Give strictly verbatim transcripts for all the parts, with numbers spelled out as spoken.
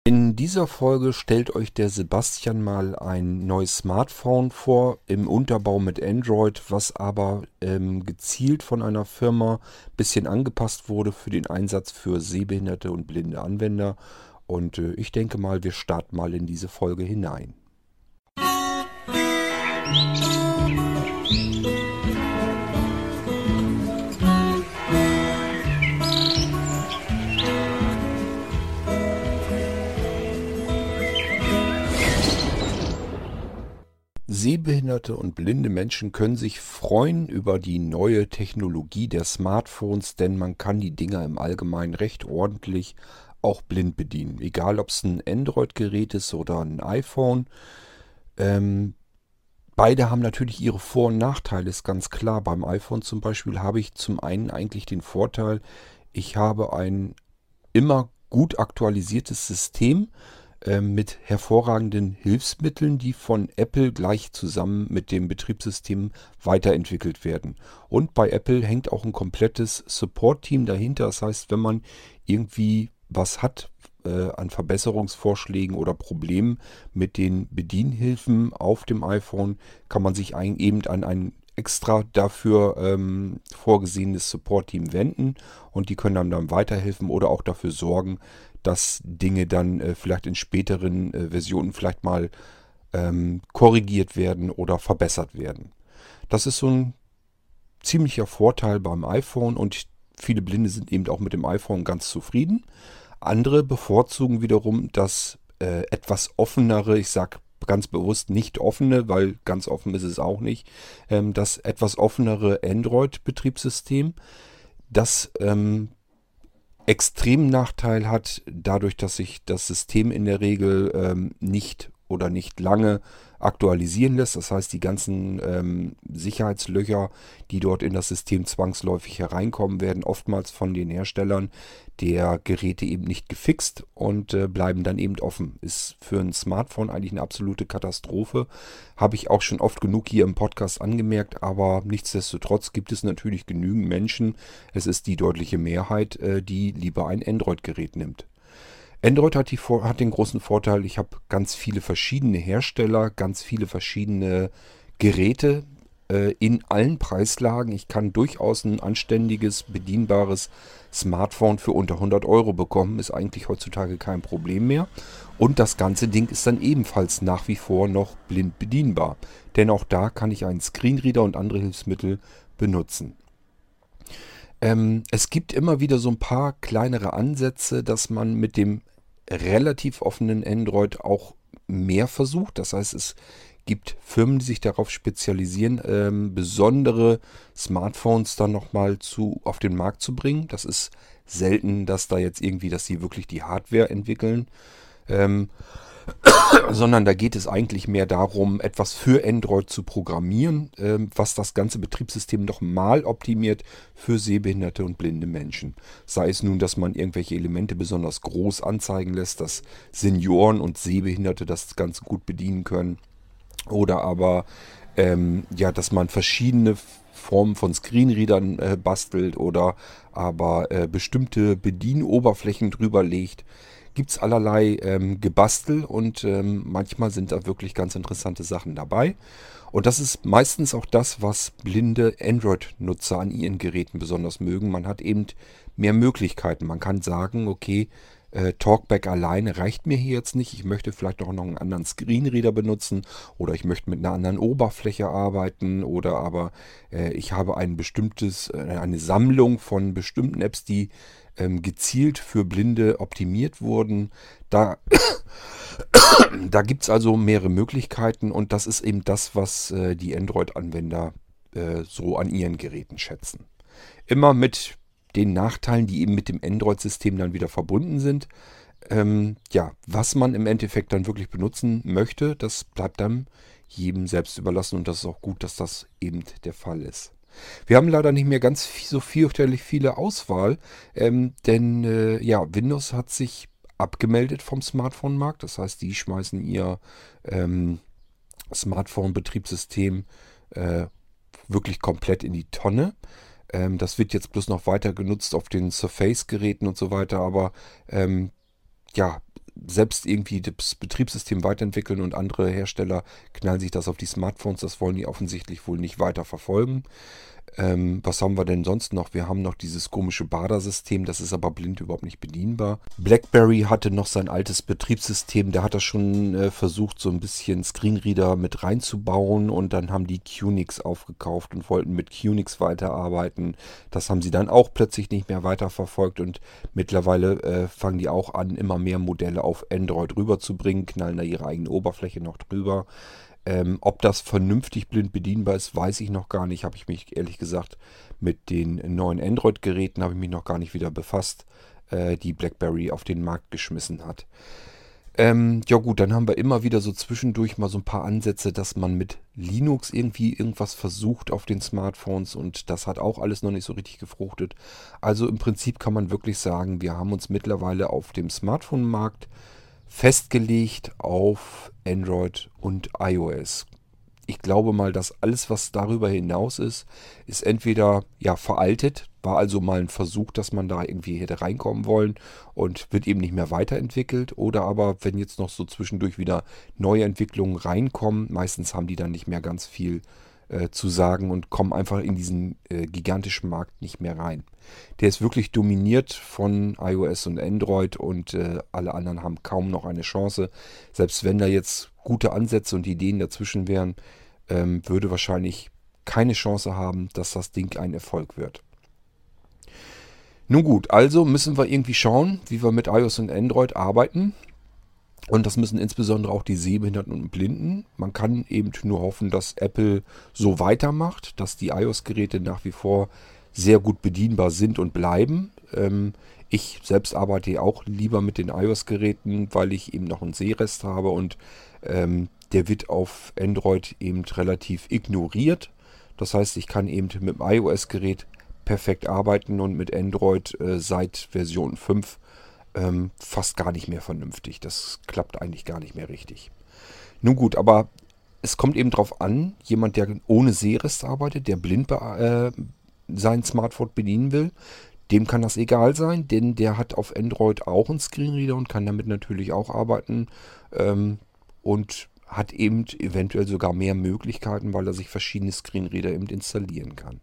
In dieser Folge stellt euch der Sebastian mal ein neues Smartphone vor im Unterbau mit Android, was aber ähm, gezielt von einer Firma ein bisschen angepasst wurde für den Einsatz für sehbehinderte und blinde Anwender. Und äh, ich denke mal, wir starten mal in diese Folge hinein. Sehbehinderte und blinde Menschen können sich freuen über die neue Technologie der Smartphones, denn man kann die Dinger im Allgemeinen recht ordentlich auch blind bedienen. Egal, ob es ein Android-Gerät ist oder ein iPhone. Ähm, beide haben natürlich ihre Vor- und Nachteile, ist ganz klar. Beim iPhone zum Beispiel habe ich zum einen eigentlich den Vorteil, ich habe ein immer gut aktualisiertes System ähm, mit hervorragenden Hilfsmitteln, die von Apple gleich zusammen mit dem Betriebssystem weiterentwickelt werden. Und bei Apple hängt auch ein komplettes Support-Team dahinter. Das heißt, wenn man irgendwie was hat äh, an Verbesserungsvorschlägen oder Problemen mit den Bedienhilfen auf dem iPhone, kann man sich ein, eben an ein extra dafür ähm, vorgesehenes Support-Team wenden und die können dann, dann weiterhelfen oder auch dafür sorgen, dass Dinge dann äh, vielleicht in späteren äh, Versionen vielleicht mal ähm, korrigiert werden oder verbessert werden. Das ist so ein ziemlicher Vorteil beim iPhone und viele Blinde sind eben auch mit dem iPhone ganz zufrieden. Andere bevorzugen wiederum das äh, etwas offenere, ich sag ganz bewusst nicht offene, weil ganz offen ist es auch nicht, ähm, das etwas offenere Android-Betriebssystem, das ähm, extremen Nachteil hat, dadurch, dass sich das System in der Regel ähm, nicht oder nicht lange aktualisieren lässt. Das heißt, die ganzen ähm, Sicherheitslöcher, die dort in das System zwangsläufig hereinkommen, werden oftmals von den Herstellern der Geräte eben nicht gefixt und äh, bleiben dann eben offen. Ist für ein Smartphone eigentlich eine absolute Katastrophe. Habe ich auch schon oft genug hier im Podcast angemerkt, aber nichtsdestotrotz gibt es natürlich genügend Menschen, es ist die deutliche Mehrheit, äh, die lieber ein Android-Gerät nimmt. Android hat, die, Vor- hat den großen Vorteil, ich habe ganz viele verschiedene Hersteller, ganz viele verschiedene Geräte äh, in allen Preislagen. Ich kann durchaus ein anständiges, bedienbares Smartphone für unter hundert Euro bekommen. Ist eigentlich heutzutage kein Problem mehr. Und das ganze Ding ist dann ebenfalls nach wie vor noch blind bedienbar. Denn auch da kann ich einen Screenreader und andere Hilfsmittel benutzen. Ähm, es gibt immer wieder so ein paar kleinere Ansätze, dass man mit dem relativ offenen Android auch mehr versucht. Das heißt, es gibt Firmen, die sich darauf spezialisieren, ähm, besondere Smartphones dann nochmal zu, auf den Markt zu bringen. Das ist selten, dass da jetzt irgendwie, dass sie wirklich die Hardware entwickeln. Ähm, sondern da geht es eigentlich mehr darum, etwas für Android zu programmieren, ähm, was das ganze Betriebssystem nochmal optimiert für sehbehinderte und blinde Menschen. Sei es nun, dass man irgendwelche Elemente besonders groß anzeigen lässt, dass Senioren und Sehbehinderte das Ganze gut bedienen können. Oder aber, ähm, ja, dass man verschiedene Formen von Screenreadern äh, bastelt oder aber äh, bestimmte Bedienoberflächen drüber legt. Gibt es allerlei ähm, Gebastel und ähm, manchmal sind da wirklich ganz interessante Sachen dabei. Und das ist meistens auch das, was blinde Android-Nutzer an ihren Geräten besonders mögen. Man hat eben mehr Möglichkeiten. Man kann sagen, okay, äh, Talkback alleine reicht mir hier jetzt nicht. Ich möchte vielleicht auch noch einen anderen Screenreader benutzen oder ich möchte mit einer anderen Oberfläche arbeiten oder aber äh, ich habe ein bestimmtes, äh, eine Sammlung von bestimmten Apps, die ähm, gezielt für Blinde optimiert wurden. Da, da gibt es also mehrere Möglichkeiten und das ist eben das, was äh, die Android-Anwender äh, so an ihren Geräten schätzen. Immer mit den Nachteilen, die eben mit dem Android-System dann wieder verbunden sind. Ähm, ja, was man im Endeffekt dann wirklich benutzen möchte, das bleibt dann jedem selbst überlassen und das ist auch gut, dass das eben der Fall ist. Wir haben leider nicht mehr ganz viel, so fürchterlich viele Auswahl, ähm, denn äh, ja, Windows hat sich abgemeldet vom Smartphone-Markt. Das heißt, die schmeißen ihr ähm, Smartphone-Betriebssystem äh, wirklich komplett in die Tonne. Ähm, das wird jetzt bloß noch weiter genutzt auf den Surface-Geräten und so weiter, aber ähm, ja, selbst irgendwie das Betriebssystem weiterentwickeln und andere Hersteller knallen sich das auf die Smartphones. Das wollen die offensichtlich wohl nicht weiter verfolgen. Ähm, was haben wir denn sonst noch? Wir haben noch dieses komische Bada-System, das ist aber blind überhaupt nicht bedienbar. BlackBerry hatte noch sein altes Betriebssystem, der hat das schon äh, versucht, so ein bisschen Screenreader mit reinzubauen und dann haben die QNX aufgekauft und wollten mit QNX weiterarbeiten. Das haben sie dann auch plötzlich nicht mehr weiterverfolgt und mittlerweile äh, fangen die auch an, immer mehr Modelle auf Android rüberzubringen, knallen da ihre eigene Oberfläche noch drüber. Ähm, ob das vernünftig blind bedienbar ist, weiß ich noch gar nicht. Habe ich mich ehrlich gesagt mit den neuen Android-Geräten habe ich mich noch gar nicht wieder befasst, äh, die BlackBerry auf den Markt geschmissen hat. Ähm, ja gut, dann haben wir immer wieder so zwischendurch mal so ein paar Ansätze, dass man mit Linux irgendwie irgendwas versucht auf den Smartphones und das hat auch alles noch nicht so richtig gefruchtet. Also im Prinzip kann man wirklich sagen, wir haben uns mittlerweile auf dem Smartphone-Markt festgelegt auf Android und iOS. Ich glaube mal, dass alles, was darüber hinaus ist, ist entweder ja veraltet, war also mal ein Versuch, dass man da irgendwie hätte reinkommen wollen und wird eben nicht mehr weiterentwickelt. Oder aber, wenn jetzt noch so zwischendurch wieder neue Entwicklungen reinkommen, meistens haben die dann nicht mehr ganz viel äh, zu sagen und kommen einfach in diesen äh, gigantischen Markt nicht mehr rein. Der ist wirklich dominiert von iOS und Android und äh, alle anderen haben kaum noch eine Chance. Selbst wenn da jetzt gute Ansätze und Ideen dazwischen wären, ähm, würde wahrscheinlich keine Chance haben, dass das Ding ein Erfolg wird. Nun gut, also müssen wir irgendwie schauen, wie wir mit iOS und Android arbeiten. Und das müssen insbesondere auch die Sehbehinderten und Blinden. Man kann eben nur hoffen, dass Apple so weitermacht, dass die iOS-Geräte nach wie vor sehr gut bedienbar sind und bleiben. Ähm, ich selbst arbeite auch lieber mit den iOS-Geräten, weil ich eben noch einen Sehrest habe und ähm, der wird auf Android eben relativ ignoriert. Das heißt, ich kann eben mit dem iOS-Gerät perfekt arbeiten und mit Android äh, seit Version fünf ähm, fast gar nicht mehr vernünftig. Das klappt eigentlich gar nicht mehr richtig. Nun gut, aber es kommt eben darauf an, jemand, der ohne Sehrest arbeitet, der blind äh, sein Smartphone bedienen will, dem kann das egal sein, denn der hat auf Android auch einen Screenreader und kann damit natürlich auch arbeiten ähm, und hat eben eventuell sogar mehr Möglichkeiten, weil er sich verschiedene Screenreader eben installieren kann.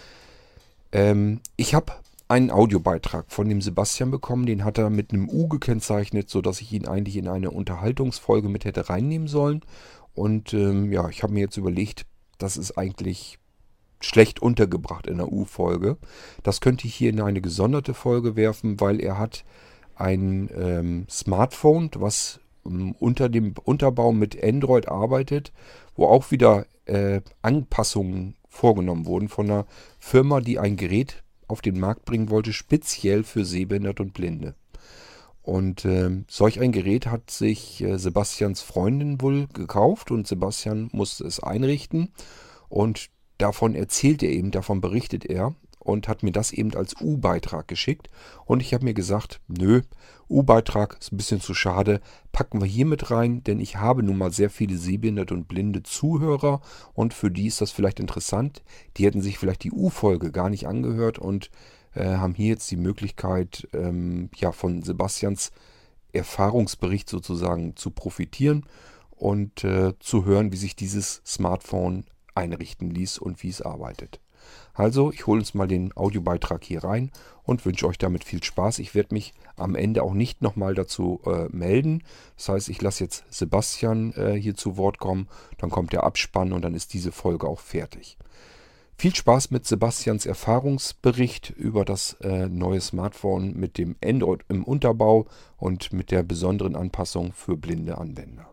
Ähm, ich habe einen Audiobeitrag von dem Sebastian bekommen, den hat er mit einem U gekennzeichnet, sodass ich ihn eigentlich in eine Unterhaltungsfolge mit hätte reinnehmen sollen. Und ähm, ja, ich habe mir jetzt überlegt, das ist eigentlich schlecht untergebracht in der U-Folge. Das könnte ich hier in eine gesonderte Folge werfen, weil er hat ein ähm, Smartphone, was ähm, unter dem Unterbau mit Android arbeitet, wo auch wieder äh, Anpassungen vorgenommen wurden von einer Firma, die ein Gerät auf den Markt bringen wollte, speziell für Sehbehinderte und Blinde. Und ähm, solch ein Gerät hat sich äh, Sebastians Freundin wohl gekauft und Sebastian musste es einrichten. Und davon erzählt er eben, davon berichtet er und hat mir das eben als U-Beitrag geschickt. Und ich habe mir gesagt, nö, U-Beitrag ist ein bisschen zu schade, packen wir hier mit rein, denn ich habe nun mal sehr viele sehbehinderte und blinde Zuhörer und für die ist das vielleicht interessant. Die hätten sich vielleicht die U-Folge gar nicht angehört und äh, haben hier jetzt die Möglichkeit, ähm, ja, von Sebastians Erfahrungsbericht sozusagen zu profitieren und äh, zu hören, wie sich dieses Smartphone einrichten ließ und wie es arbeitet. Also, ich hole uns mal den Audiobeitrag hier rein und wünsche euch damit viel Spaß. Ich werde mich am Ende auch nicht nochmal dazu äh, melden. Das heißt, ich lasse jetzt Sebastian äh, hier zu Wort kommen, dann kommt der Abspann und dann ist diese Folge auch fertig. Viel Spaß mit Sebastians Erfahrungsbericht über das äh, neue Smartphone mit dem Android im Unterbau und mit der besonderen Anpassung für blinde Anwender.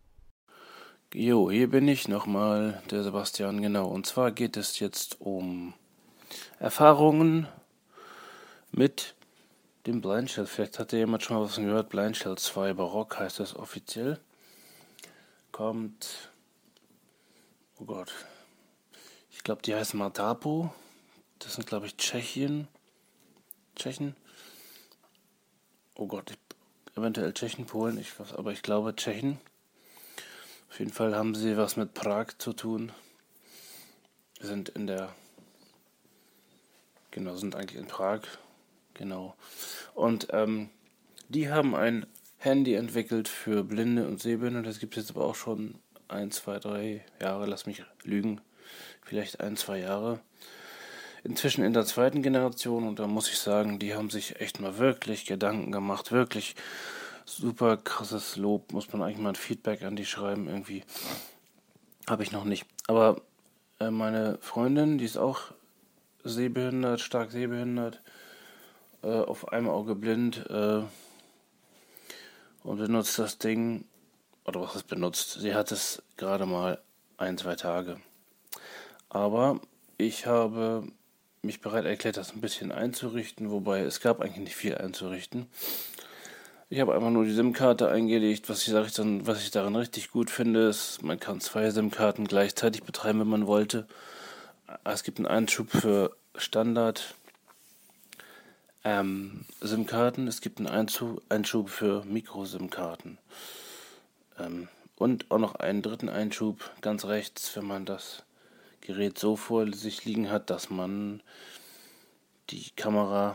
Jo, hier bin ich nochmal, der Sebastian, genau. Und zwar geht es jetzt um Erfahrungen mit dem Blind Shell. Vielleicht hat ja jemand schon mal was von gehört. Blind Shell zwei Barock heißt das offiziell. Kommt, oh Gott, ich glaube, die heißen Matapo. Das sind, glaube ich, Tschechien. Tschechen. Oh Gott, ich, eventuell Tschechen, Polen, ich weiß, aber ich glaube Tschechen. Auf jeden Fall haben sie was mit Prag zu tun. Wir sind in der, genau, sind eigentlich in Prag, genau. Und ähm, die haben ein Handy entwickelt für Blinde und Sehbehinderte. Das gibt es jetzt aber auch schon ein, zwei, drei Jahre, lass mich lügen, vielleicht ein, zwei Jahre. Inzwischen in der zweiten Generation, und da muss ich sagen, die haben sich echt mal wirklich Gedanken gemacht, wirklich super krasses Lob, muss man eigentlich mal ein Feedback an die schreiben, irgendwie habe ich noch nicht. Aber äh, meine Freundin, die ist auch sehbehindert, stark sehbehindert, äh, auf einem Auge blind äh, und benutzt das Ding, oder was es benutzt, sie hat es gerade mal ein, zwei Tage. Aber ich habe mich bereit erklärt, das ein bisschen einzurichten, wobei es gab eigentlich nicht viel einzurichten. Ich habe einfach nur die SIM-Karte eingelegt. Was ich, dann, was ich daran richtig gut finde, ist, man kann zwei SIM-Karten gleichzeitig betreiben, wenn man wollte. Es gibt einen Einschub für Standard ähm, SIM-Karten, es gibt einen Einschub, Einschub für Micro-SIM-Karten. Ähm, und auch noch einen dritten Einschub ganz rechts, wenn man das Gerät so vor sich liegen hat, dass man die Kameralinse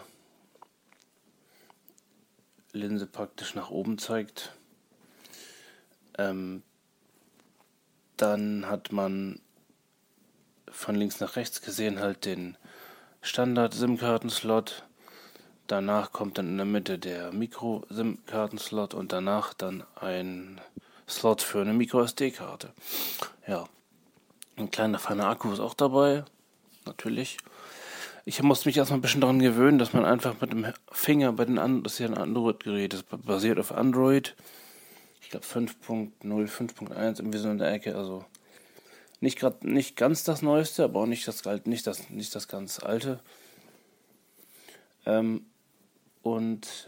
praktisch nach oben zeigt. Ähm, dann hat man von links nach rechts gesehen halt den Standard-SIM-Karten-Slot. Danach kommt dann in der Mitte der Micro-SIM-Karten-Slot und danach dann ein Slot für eine Micro-S D-Karte. Ja. Ein kleiner feiner Akku ist auch dabei, natürlich. Ich musste mich erstmal ein bisschen daran gewöhnen, dass man einfach mit dem Finger bei den An- das ist ja ein Android-Gerät, das basiert auf Android. Ich glaube fünf Punkt null, fünf Punkt eins, irgendwie so in der Ecke. Also nicht gerade nicht ganz das Neueste, aber auch nicht das nicht das nicht das ganz alte. Ähm, und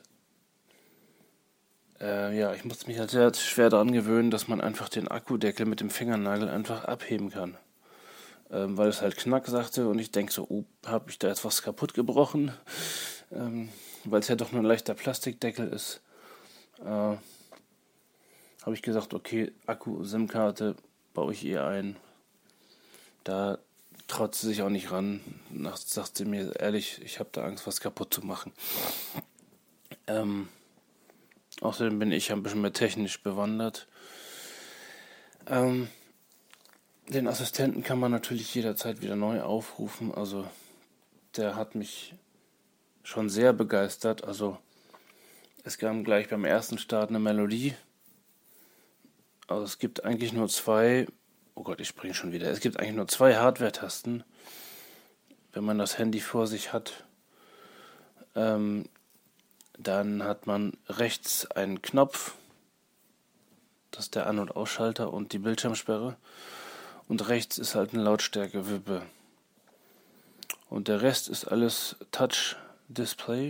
äh, ja, ich musste mich halt sehr schwer daran gewöhnen, dass man einfach den Akkudeckel mit dem Fingernagel einfach abheben kann. Ähm, weil es halt Knack sagte und ich denke so, oh, habe ich da jetzt was kaputt gebrochen? Ähm, weil es ja doch nur ein leichter Plastikdeckel ist. Äh, habe ich gesagt, okay, Akku, SIM-Karte baue ich ihr ein. Da traut sie sich auch nicht ran. Nachts sagt sie mir ehrlich, ich habe da Angst, was kaputt zu machen. Ähm, außerdem bin ich ein bisschen mehr technisch bewandert. Ähm, den Assistenten kann man natürlich jederzeit wieder neu aufrufen. Also der hat mich schon sehr begeistert. Also es kam gleich beim ersten Start eine Melodie. Also es gibt eigentlich nur zwei, oh Gott, ich springe schon wieder. Es gibt eigentlich nur zwei Hardware-Tasten, wenn man das Handy vor sich hat. Ähm, dann hat man rechts einen Knopf, das ist der An- und Ausschalter und die Bildschirmsperre. Und rechts ist halt eine Lautstärke-Wippe. Und der Rest ist alles Touch-Display.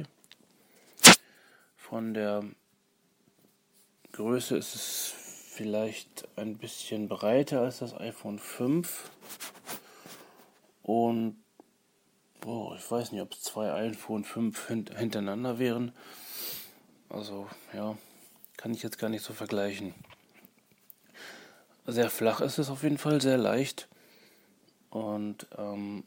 Von der Größe ist es vielleicht ein bisschen breiter als das iPhone fünf. Und oh, ich weiß nicht, ob es zwei iPhone fünf hint- hintereinander wären. Also, ja, kann ich jetzt gar nicht so vergleichen. Sehr flach ist es auf jeden Fall, sehr leicht. Und ähm,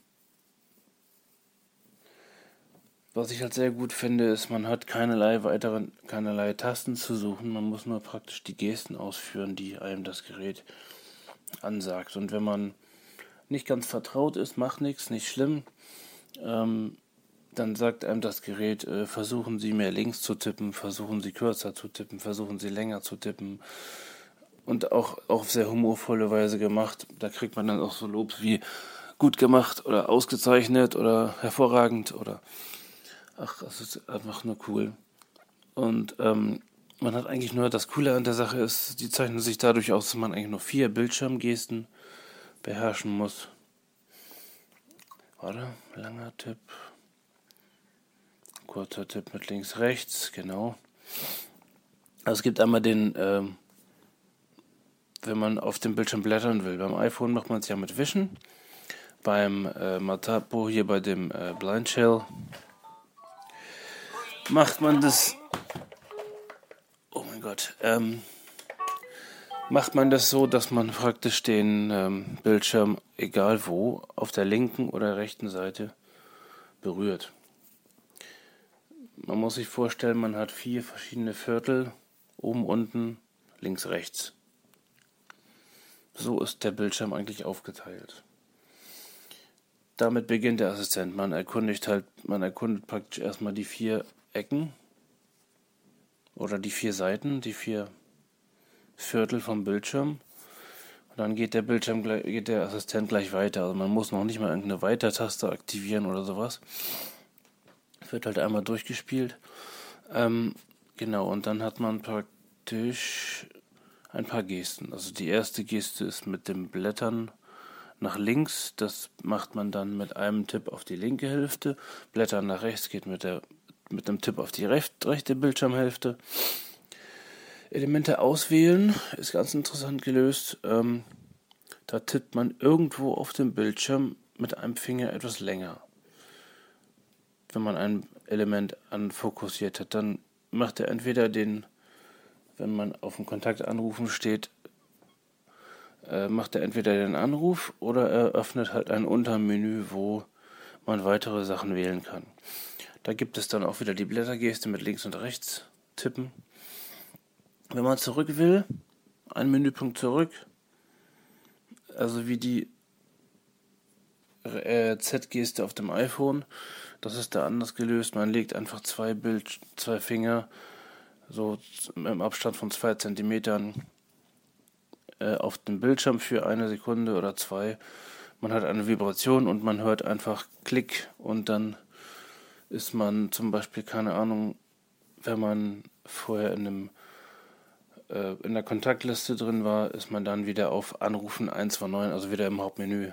was ich halt sehr gut finde, ist, man hat keinerlei weiteren, keinerlei Tasten zu suchen. Man muss nur praktisch die Gesten ausführen, die einem das Gerät ansagt. Und wenn man nicht ganz vertraut ist, macht nichts, nicht schlimm. Ähm, dann sagt einem das Gerät, äh, versuchen Sie mehr links zu tippen, versuchen Sie kürzer zu tippen, versuchen Sie länger zu tippen. Und auch, auch auf sehr humorvolle Weise gemacht. Da kriegt man dann auch so Lobs wie gut gemacht oder ausgezeichnet oder hervorragend oder ach, es ist einfach nur cool. Und ähm, man hat eigentlich nur, das Coole an der Sache ist, die zeichnen sich dadurch aus, dass man eigentlich nur vier Bildschirmgesten beherrschen muss. Warte, langer Tipp. Kurzer Tipp mit links, rechts, genau. Also es gibt einmal den, ähm, wenn man auf dem Bildschirm blättern will. Beim iPhone macht man es ja mit Wischen. Beim äh, Matapo, hier bei dem äh, Blind Shell, macht man das, oh mein Gott, ähm, macht man das so, dass man praktisch den ähm, Bildschirm, egal wo, auf der linken oder rechten Seite berührt. Man muss sich vorstellen, man hat vier verschiedene Viertel oben, unten, links, rechts. So ist der Bildschirm eigentlich aufgeteilt. Damit beginnt der Assistent. Man erkundigt halt, man erkundet praktisch erstmal die vier Ecken oder die vier Seiten, die vier Viertel vom Bildschirm. Und dann geht der Bildschirm, geht der Assistent gleich weiter. Also man muss noch nicht mal irgendeine Weiter-Taste aktivieren oder sowas. Wird halt einmal durchgespielt. Ähm, genau, und dann hat man praktisch ein paar Gesten. Also die erste Geste ist mit dem Blättern nach links. Das macht man dann mit einem Tipp auf die linke Hälfte. Blättern nach rechts geht mit der mit einem Tipp auf die recht, rechte Bildschirmhälfte. Elemente auswählen ist ganz interessant gelöst. Ähm, da tippt man irgendwo auf dem Bildschirm mit einem Finger etwas länger. Wenn man ein Element anfokussiert hat, dann macht er entweder den, wenn man auf dem Kontakt anrufen steht, äh, macht er entweder den Anruf oder er öffnet halt ein Untermenü, wo man weitere Sachen wählen kann. Da gibt es dann auch wieder die Blättergeste mit links und rechts tippen. Wenn man zurück will, ein Menüpunkt zurück, also wie die äh, Z-Geste auf dem iPhone, das ist da anders gelöst. Man legt einfach zwei Bild, zwei Finger so im Abstand von zwei Zentimetern äh, auf den Bildschirm für eine Sekunde oder zwei. Man hat eine Vibration und man hört einfach Klick und dann ist man zum Beispiel, keine Ahnung, wenn man vorher in einem äh, in der Kontaktliste drin war, ist man dann wieder auf Anrufen eins zwei neun, also wieder im Hauptmenü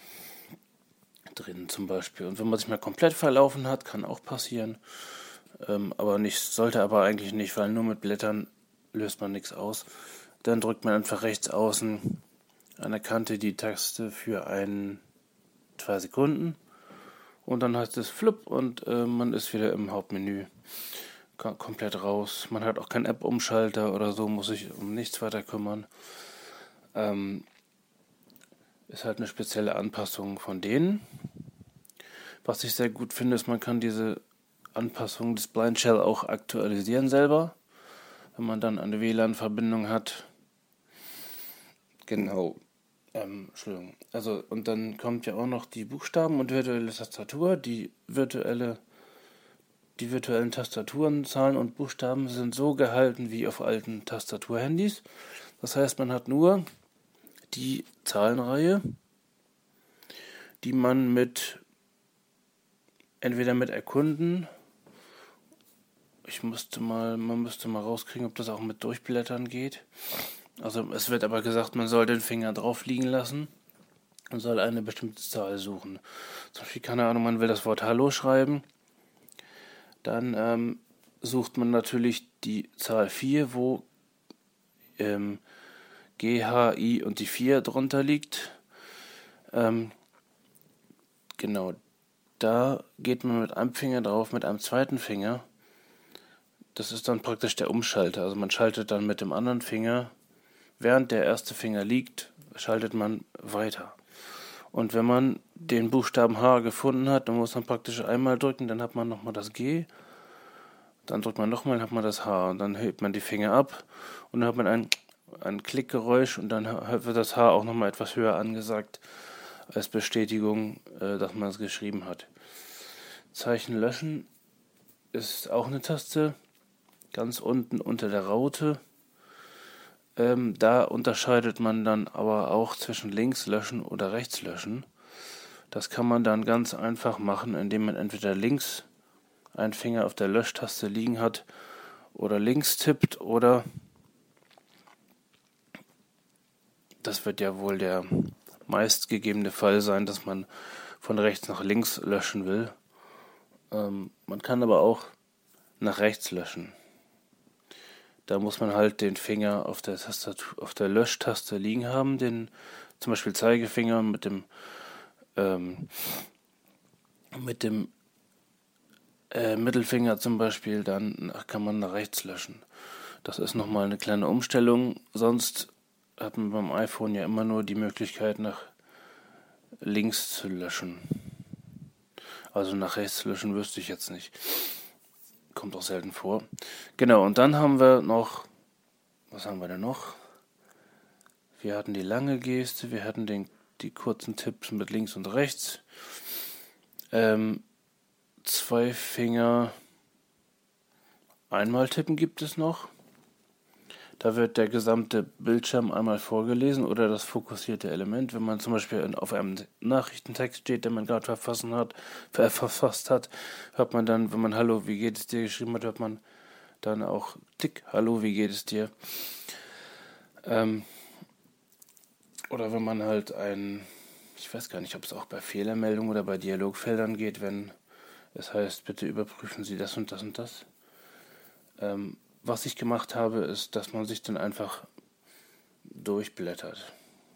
drin zum Beispiel. Und wenn man sich mal komplett verlaufen hat, kann auch passieren, ähm, aber nicht, sollte aber eigentlich nicht, weil nur mit Blättern löst man nichts aus. Dann drückt man einfach rechts außen an der Kante die Taste für ein, zwei Sekunden und dann heißt es Flupp und äh, man ist wieder im Hauptmenü K- komplett raus. Man hat auch keinen App-Umschalter oder so, muss sich um nichts weiter kümmern. Ähm, ist halt eine spezielle Anpassung von denen. Was ich sehr gut finde, ist, man kann diese Anpassung des Blind Shell auch aktualisieren selber, wenn man dann eine W L A N-Verbindung hat. Genau. Ähm, Entschuldigung. Also, und dann kommt ja auch noch die Buchstaben und virtuelle Tastatur. Die virtuelle, die virtuellen Tastaturen, Zahlen und Buchstaben sind so gehalten wie auf alten Tastaturhandys. Das heißt, man hat nur die Zahlenreihe, die man mit entweder mit Erkunden, ich müsste mal, man müsste mal rauskriegen, ob das auch mit Durchblättern geht. Also es wird aber gesagt, man soll den Finger drauf liegen lassen und soll eine bestimmte Zahl suchen. Zum Beispiel, keine Ahnung, man will das Wort Hallo schreiben. Dann ähm, sucht man natürlich die Zahl vier, wo ähm, G, H, I und die vier drunter liegt. Ähm, genau, da geht man mit einem Finger drauf, mit einem zweiten Finger. Das ist dann praktisch der Umschalter. Also man schaltet dann mit dem anderen Finger, während der erste Finger liegt, schaltet man weiter. Und wenn man den Buchstaben H gefunden hat, dann muss man praktisch einmal drücken, dann hat man nochmal das G, dann drückt man nochmal, dann hat man das H und dann hebt man die Finger ab und dann hat man ein, ein Klickgeräusch und dann wird das H auch nochmal etwas höher angesagt als Bestätigung, äh, dass man es geschrieben hat. Zeichen löschen ist auch eine Taste, ganz unten unter der Raute. Ähm, da unterscheidet man dann aber auch zwischen links löschen oder rechts löschen. Das kann man dann ganz einfach machen, indem man entweder links einen Finger auf der Löschtaste liegen hat oder links tippt oder, das wird ja wohl der meistgegebene Fall sein, dass man von rechts nach links löschen will. Ähm, man kann aber auch nach rechts löschen. Da muss man halt den Finger auf der Tastatur, auf der Löschtaste liegen haben, den zum Beispiel Zeigefinger mit dem ähm, mit dem äh, Mittelfinger zum Beispiel, dann kann man nach rechts löschen. Das ist nochmal eine kleine Umstellung. Sonst hat man beim iPhone ja immer nur die Möglichkeit, nach links zu löschen. Also nach rechts löschen wüsste ich jetzt nicht. Kommt auch selten vor. Genau, und dann haben wir noch was haben wir denn noch? Wir hatten die lange Geste, wir hatten den, die kurzen Tipps mit links und rechts. Ähm, zwei Finger einmal tippen gibt es noch. Da wird der gesamte Bildschirm einmal vorgelesen oder das fokussierte Element. Wenn man zum Beispiel auf einem Nachrichtentext steht, den man gerade verfassen hat, verfasst hat, hört man dann, wenn man Hallo, wie geht es dir geschrieben hat, hört man dann auch Tick, Hallo, wie geht es dir? Ähm, oder wenn man halt ein, ich weiß gar nicht, ob es auch bei Fehlermeldungen oder bei Dialogfeldern geht, wenn es heißt, bitte überprüfen Sie das und das und das. Ähm, Was ich gemacht habe, ist, dass man sich dann einfach durchblättert.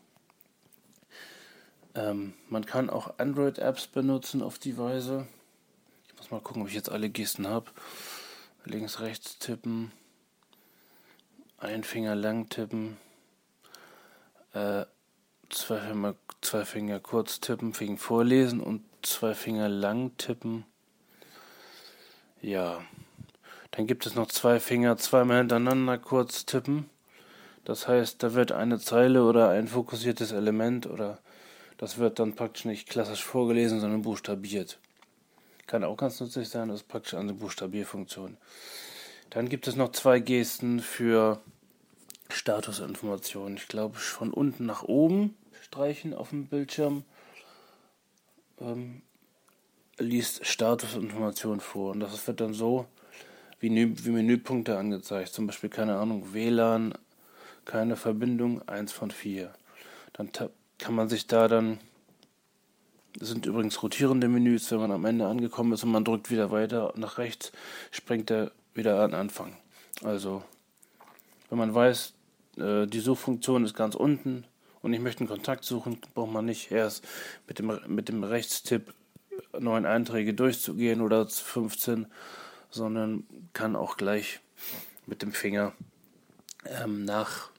Ähm, man kann auch Android-Apps benutzen auf die Weise. Ich muss mal gucken, ob ich jetzt alle Gesten habe. Links, rechts tippen, ein Finger lang tippen, äh, zwei, Finger, zwei Finger kurz tippen, Finger vorlesen und zwei Finger lang tippen. Ja. Dann gibt es noch zwei Finger zweimal hintereinander kurz tippen. Das heißt, da wird eine Zeile oder ein fokussiertes Element oder das wird dann praktisch nicht klassisch vorgelesen, sondern buchstabiert. Kann auch ganz nützlich sein, das ist praktisch eine Buchstabierfunktion. Dann gibt es noch zwei Gesten für Statusinformationen. Ich glaube, von unten nach oben streichen auf dem Bildschirm ähm, liest Statusinformation vor. Und das wird dann so wie, wie Menüpunkte angezeigt. Zum Beispiel, keine Ahnung, W L A N, keine Verbindung, eins von vier. Dann kann man sich da dann, das sind übrigens rotierende Menüs, wenn man am Ende angekommen ist und man drückt wieder weiter nach rechts, springt er wieder an Anfang. Also, wenn man weiß, äh, die Suchfunktion ist ganz unten und ich möchte einen Kontakt suchen, braucht man nicht erst mit dem, mit dem Rechtstipp neun Einträge durchzugehen oder fünfzehn, sondern kann auch gleich mit dem Finger ähm, nach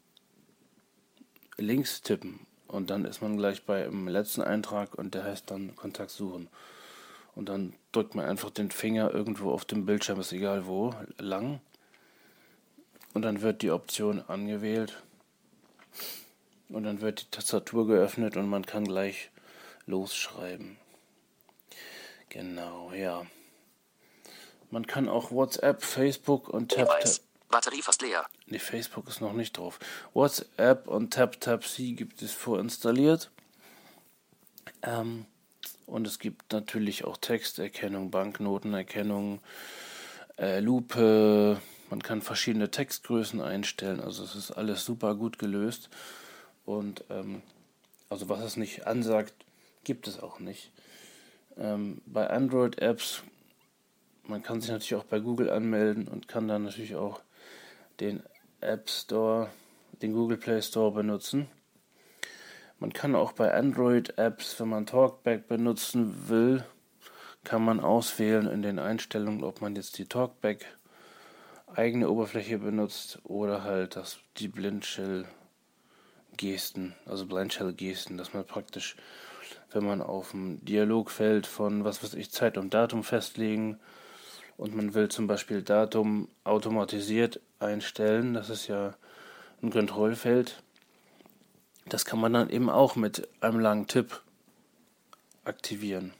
links tippen. Und dann ist man gleich beim letzten Eintrag und der heißt dann Kontakt suchen. Und dann drückt man einfach den Finger irgendwo auf dem Bildschirm, ist egal wo, lang. Und dann wird die Option angewählt. Und dann wird die Tastatur geöffnet und man kann gleich losschreiben. Genau, ja. Man kann auch WhatsApp, Facebook und TapTap... Batterie fast leer. Ne, Facebook ist noch nicht drauf. WhatsApp und TapTap-C gibt es vorinstalliert. Ähm, und es gibt natürlich auch Texterkennung, Banknotenerkennung, äh, Lupe. Man kann verschiedene Textgrößen einstellen. Also es ist alles super gut gelöst. Und ähm, also was es nicht ansagt, gibt es auch nicht. Ähm, bei Android-Apps, man kann sich natürlich auch bei Google anmelden und kann dann natürlich auch den App Store, den Google Play Store benutzen. Man kann auch bei Android-Apps, wenn man Talkback benutzen will, kann man auswählen in den Einstellungen, ob man jetzt die Talkback eigene Oberfläche benutzt oder halt das, die Blindshell-Gesten, also Blindshell-Gesten, dass man praktisch, wenn man auf dem Dialogfeld von, was weiß ich, Zeit und Datum festlegen und man will zum Beispiel Datum automatisiert einstellen, das ist ja ein Kontrollfeld, das kann man dann eben auch mit einem langen Tipp aktivieren.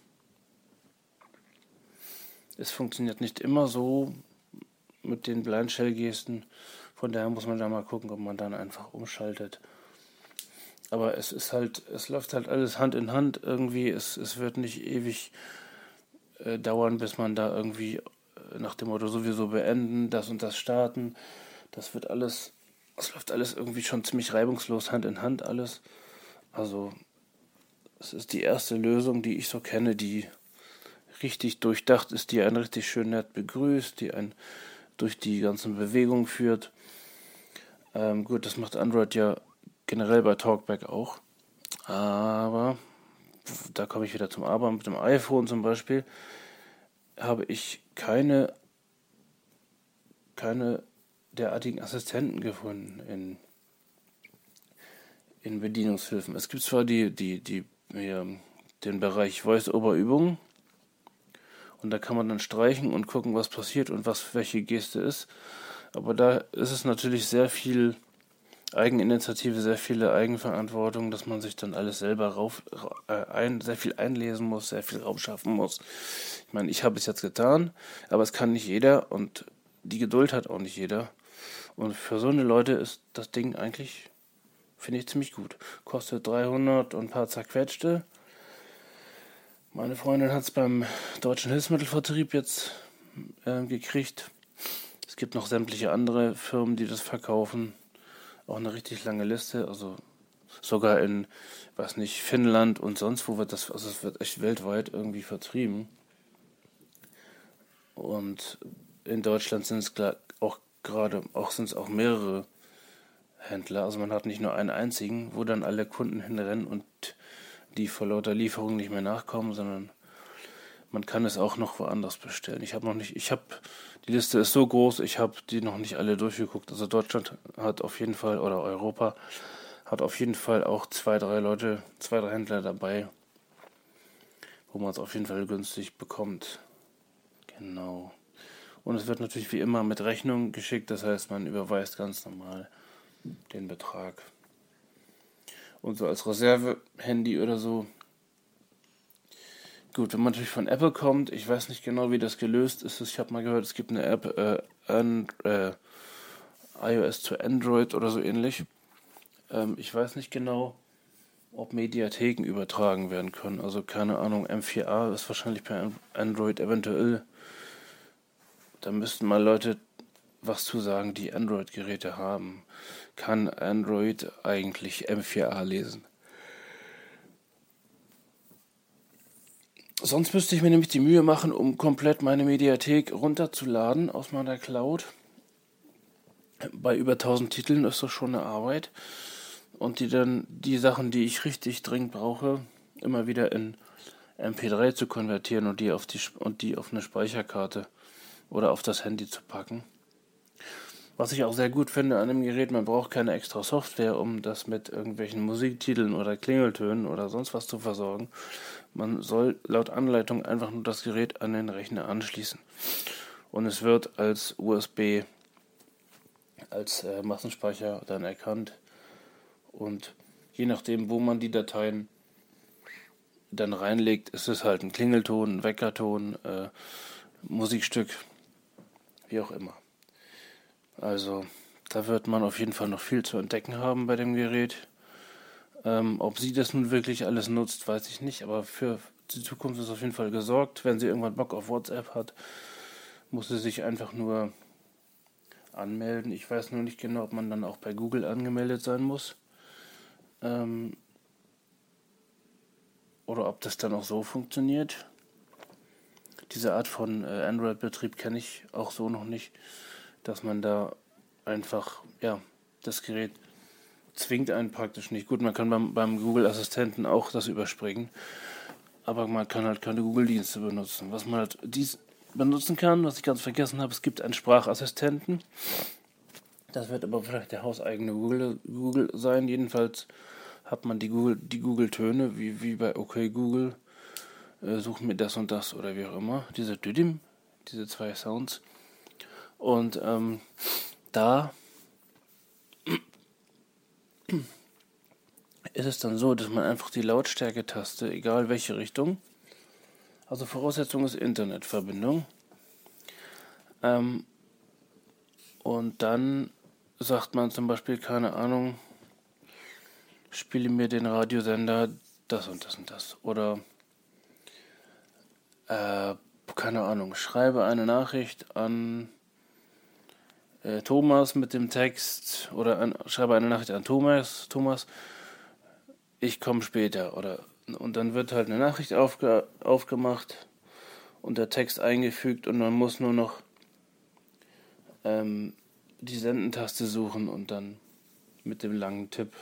Es funktioniert nicht immer so mit den Blindshell-Gesten, von daher muss man da mal gucken, ob man dann einfach umschaltet. Aber es ist halt, es läuft halt alles Hand in Hand irgendwie, es, es wird nicht ewig äh, dauern, bis man da irgendwie äh, nach dem Motto sowieso beenden, das und das starten. Das wird alles, es läuft alles irgendwie schon ziemlich reibungslos Hand in Hand alles. Also es ist die erste Lösung, die ich so kenne, die richtig durchdacht ist, die einen richtig schön nett begrüßt, die einen durch die ganzen Bewegungen führt. Ähm, gut, das macht Android ja generell bei Talkback auch. Aber, da komme ich wieder zum Aber, mit dem iPhone zum Beispiel habe ich keine, keine derartigen Assistenten gefunden in, in Bedienungshilfen. Es gibt zwar die, die, die, ja, den Bereich Voice-Over-Übungen und da kann man dann streichen und gucken, was passiert und was welche Geste ist. Aber da ist es natürlich sehr viel Eigeninitiative, sehr viele Eigenverantwortung, dass man sich dann alles selber rauf, äh, ein, sehr viel einlesen muss, sehr viel raufschaffen muss. Ich meine, ich habe es jetzt getan, aber es kann nicht jeder und die Geduld hat auch nicht jeder. Und für so eine Leute ist das Ding eigentlich, finde ich, ziemlich gut. Kostet dreihundert und ein paar zerquetschte. Meine Freundin hat es beim Deutschen Hilfsmittelvertrieb jetzt äh, gekriegt. Es gibt noch sämtliche andere Firmen, die das verkaufen. Auch eine richtig lange Liste, also sogar in, weiß nicht, Finnland und sonst wo wird das, also es wird echt weltweit irgendwie vertrieben. Und in Deutschland sind es auch gerade, auch sind es auch mehrere Händler, also man hat nicht nur einen einzigen, wo dann alle Kunden hinrennen und die vor lauter Lieferung nicht mehr nachkommen, sondern man kann es auch noch woanders bestellen. Ich habe noch nicht, ich habe, die Liste ist so groß, ich habe die noch nicht alle durchgeguckt. Also Deutschland hat auf jeden Fall, oder Europa, hat auf jeden Fall auch zwei, drei Leute, zwei, drei Händler dabei, wo man es auf jeden Fall günstig bekommt. Genau. Und es wird natürlich wie immer mit Rechnung geschickt, das heißt, man überweist ganz normal den Betrag. Und so als Reserve-Handy oder so. Gut, wenn man natürlich von Apple kommt, ich weiß nicht genau, wie das gelöst ist. Ich habe mal gehört, es gibt eine App, äh, an, äh, iOS zu Android oder so ähnlich. Ähm, ich weiß nicht genau, ob Mediatheken übertragen werden können. Also keine Ahnung, M vier A ist wahrscheinlich per Android eventuell. Da müssten mal Leute was zu sagen, die Android-Geräte haben. Kann Android eigentlich M vier A lesen? Sonst müsste ich mir nämlich die Mühe machen, um komplett meine Mediathek runterzuladen aus meiner Cloud. Bei über tausend Titeln ist das schon eine Arbeit. Und die dann die Sachen, die ich richtig dringend brauche, immer wieder in M P drei zu konvertieren und die auf die und die auf eine Speicherkarte oder auf das Handy zu packen. Was ich auch sehr gut finde an dem Gerät, man braucht keine extra Software, um das mit irgendwelchen Musiktiteln oder Klingeltönen oder sonst was zu versorgen. Man soll laut Anleitung einfach nur das Gerät an den Rechner anschließen. Und es wird als U S B, als äh, Massenspeicher dann erkannt. Und je nachdem, wo man die Dateien dann reinlegt, ist es halt ein Klingelton, ein Weckerton, äh, Musikstück, wie auch immer. Also da wird man auf jeden Fall noch viel zu entdecken haben bei dem Gerät. Ähm, ob sie das nun wirklich alles nutzt, weiß ich nicht, aber für die Zukunft ist auf jeden Fall gesorgt. Wenn sie irgendwann Bock auf WhatsApp hat, muss sie sich einfach nur anmelden. Ich weiß nur nicht genau, ob man dann auch bei Google angemeldet sein muss. Ähm, oder ob das dann auch so funktioniert. Diese Art von äh, Android-Betrieb kenne ich auch so noch nicht, dass man da einfach, ja, das Gerät zwingt einen praktisch nicht. Gut, man kann beim, beim Google-Assistenten auch das überspringen, aber man kann halt keine Google-Dienste benutzen. Was man halt dies benutzen kann, was ich ganz vergessen habe, es gibt einen Sprachassistenten. Das wird aber vielleicht der hauseigene Google, Google sein. Jedenfalls hat man die Google, die Google-Töne, wie, wie bei OK Google, äh, such mir das und das oder wie auch immer. Diese Düdim, diese zwei Sounds. Und ähm, da ist es dann so, dass man einfach die Lautstärke-Taste, egal welche Richtung, also Voraussetzung ist Internetverbindung, ähm, und dann sagt man zum Beispiel, keine Ahnung, spiele mir den Radiosender das und das und das. Oder, äh, keine Ahnung, schreibe eine Nachricht an äh, Thomas mit dem Text, oder an, schreibe eine Nachricht an Thomas, Thomas, ich komme später. Oder, und dann wird halt eine Nachricht aufge, aufgemacht und der Text eingefügt und man muss nur noch ähm, die Sendentaste suchen und dann mit dem langen Tipp,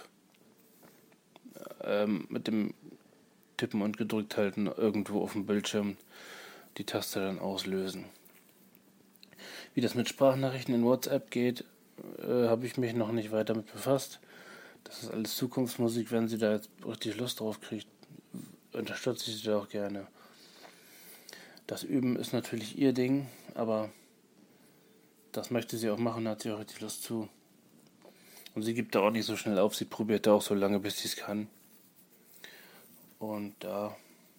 ähm, mit dem Tippen und gedrückt halten irgendwo auf dem Bildschirm die Taste dann auslösen. Wie das mit Sprachnachrichten in WhatsApp geht, äh, habe ich mich noch nicht weiter mit befasst. Das ist alles Zukunftsmusik. Wenn sie da jetzt richtig Lust drauf kriegt, unterstütze ich sie da auch gerne. Das Üben ist natürlich ihr Ding, aber das möchte sie auch machen, da hat sie auch richtig Lust zu. Und sie gibt da auch nicht so schnell auf, sie probiert da auch so lange, bis sie es kann. Und da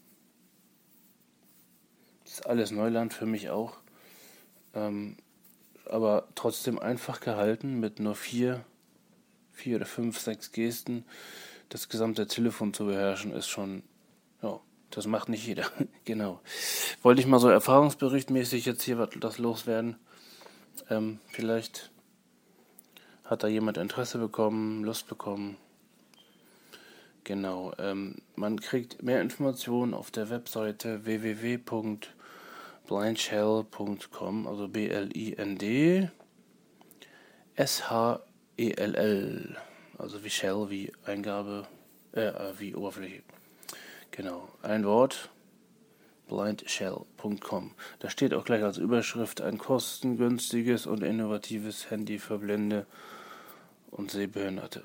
ist alles Neuland für mich auch. Ähm, aber trotzdem einfach gehalten mit nur vier, vier oder fünf, sechs Gesten. Das gesamte Telefon zu beherrschen ist schon, ja, das macht nicht jeder. Genau. Wollte ich mal so erfahrungsberichtmäßig jetzt hier was das loswerden. Ähm, vielleicht hat da jemand Interesse bekommen, Lust bekommen. Genau. Ähm, man kriegt mehr Informationen auf der Webseite w w w punkt blindshell punkt com, also B L I N D S H E L L, also wie Shell, wie Eingabe, äh, wie Oberfläche. Genau, ein Wort, blindshell punkt com. Da steht auch gleich als Überschrift ein kostengünstiges und innovatives Handy für Blinde und Sehbehinderte.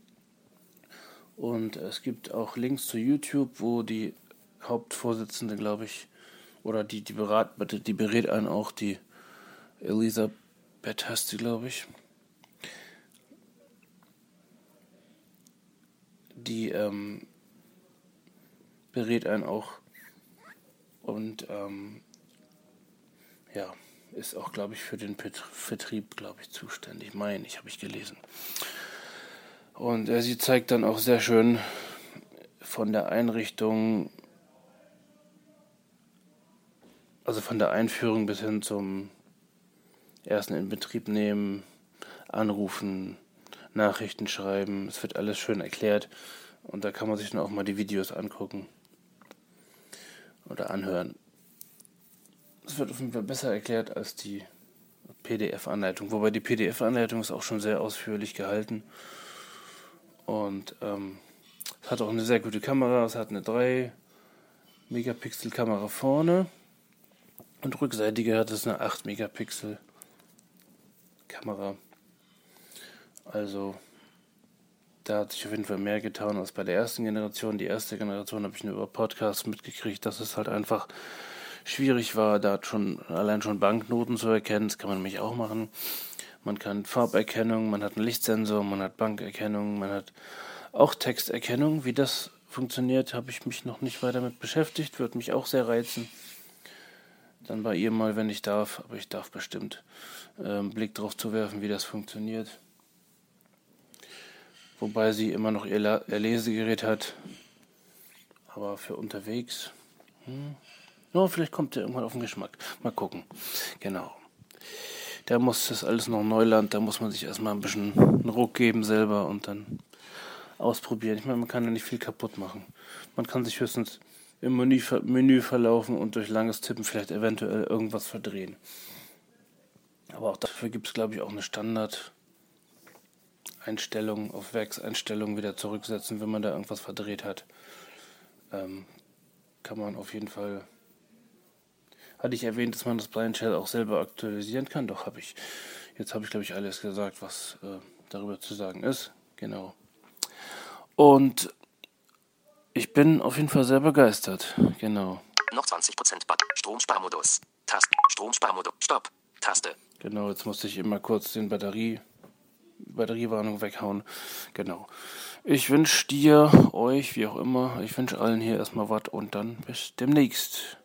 Und es gibt auch Links zu YouTube, wo die Hauptvorsitzende, glaube ich, oder die, die, berat, die berät einen auch, die Elisabeth heißt sie, glaube ich. Die ähm, berät einen auch und ähm, ja, ist auch, glaube ich, für den Vertrieb, glaube ich, zuständig. Meine ich, habe ich gelesen. Und äh, sie zeigt dann auch sehr schön von der Einrichtung, also von der Einführung bis hin zum ersten Inbetriebnehmen, Anrufen, Nachrichten schreiben. Es wird alles schön erklärt und da kann man sich dann auch mal die Videos angucken oder anhören. Es wird auf jeden Fall besser erklärt als die P D F-Anleitung, wobei die P D F-Anleitung ist auch schon sehr ausführlich gehalten und ähm, es hat auch eine sehr gute Kamera. Es hat eine drei Megapixel Kamera vorne. Und rückseitige hat es eine acht Megapixel Kamera. Also da hat sich auf jeden Fall mehr getan als bei der ersten Generation. Die erste Generation habe ich nur über Podcasts mitgekriegt, dass es halt einfach schwierig war, da schon allein schon Banknoten zu erkennen. Das kann man nämlich auch machen. Man kann Farberkennung, man hat einen Lichtsensor, man hat Bankerkennung, man hat auch Texterkennung. Wie das funktioniert, habe ich mich noch nicht weiter mit beschäftigt. Würde mich auch sehr reizen. Dann bei ihr mal, wenn ich darf, aber ich darf bestimmt, äh, einen Blick drauf zu werfen, wie das funktioniert. Wobei sie immer noch ihr, La- ihr Lesegerät hat, aber für unterwegs, hm. Ja, vielleicht kommt der irgendwann auf den Geschmack. Mal gucken. Genau. Da muss das alles noch Neuland, da muss man sich erstmal ein bisschen einen Ruck geben selber und dann ausprobieren. Ich meine, man kann ja nicht viel kaputt machen. Man kann sich höchstens im Menü, Menü verlaufen und durch langes Tippen vielleicht eventuell irgendwas verdrehen. Aber auch dafür gibt es, glaube ich, auch eine Standard-Einstellung auf Werkseinstellungen wieder zurücksetzen, wenn man da irgendwas verdreht hat. Ähm, kann man auf jeden Fall... Hatte ich erwähnt, dass man das Blind Shell auch selber aktualisieren kann? Doch, habe ich. Jetzt habe ich, glaube ich, alles gesagt, was äh, darüber zu sagen ist. Genau. Und ich bin auf jeden Fall sehr begeistert. Genau. Noch zwanzig Prozent Button. Stromsparmodus. Taste. Stromsparmodus. Stopp. Taste. Genau, jetzt musste ich immer kurz den Batterie, Batteriewarnung weghauen. Genau. Ich wünsche dir, euch, wie auch immer, ich wünsche allen hier erstmal was und dann bis demnächst.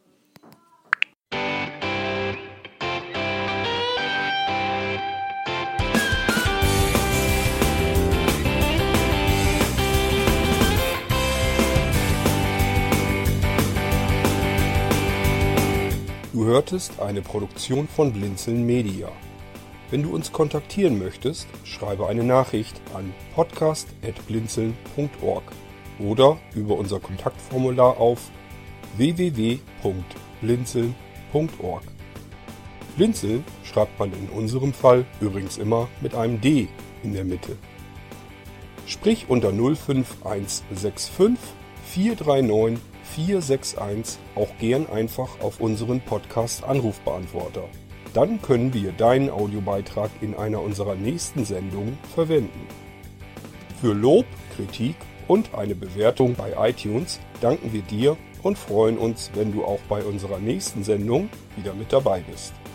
Du hörtest eine Produktion von Blinzeln Media. Wenn du uns kontaktieren möchtest, schreibe eine Nachricht an podcast at blinzeln punkt org oder über unser Kontaktformular auf w w w punkt blinzeln punkt org. Blinzeln schreibt man in unserem Fall übrigens immer mit einem D in der Mitte. Sprich unter null fünf eins sechs fünf vier drei neun vier sechs eins auch gern einfach auf unseren Podcast-Anrufbeantworter. Dann können wir deinen Audiobeitrag in einer unserer nächsten Sendungen verwenden. Für Lob, Kritik und eine Bewertung bei iTunes danken wir dir und freuen uns, wenn du auch bei unserer nächsten Sendung wieder mit dabei bist.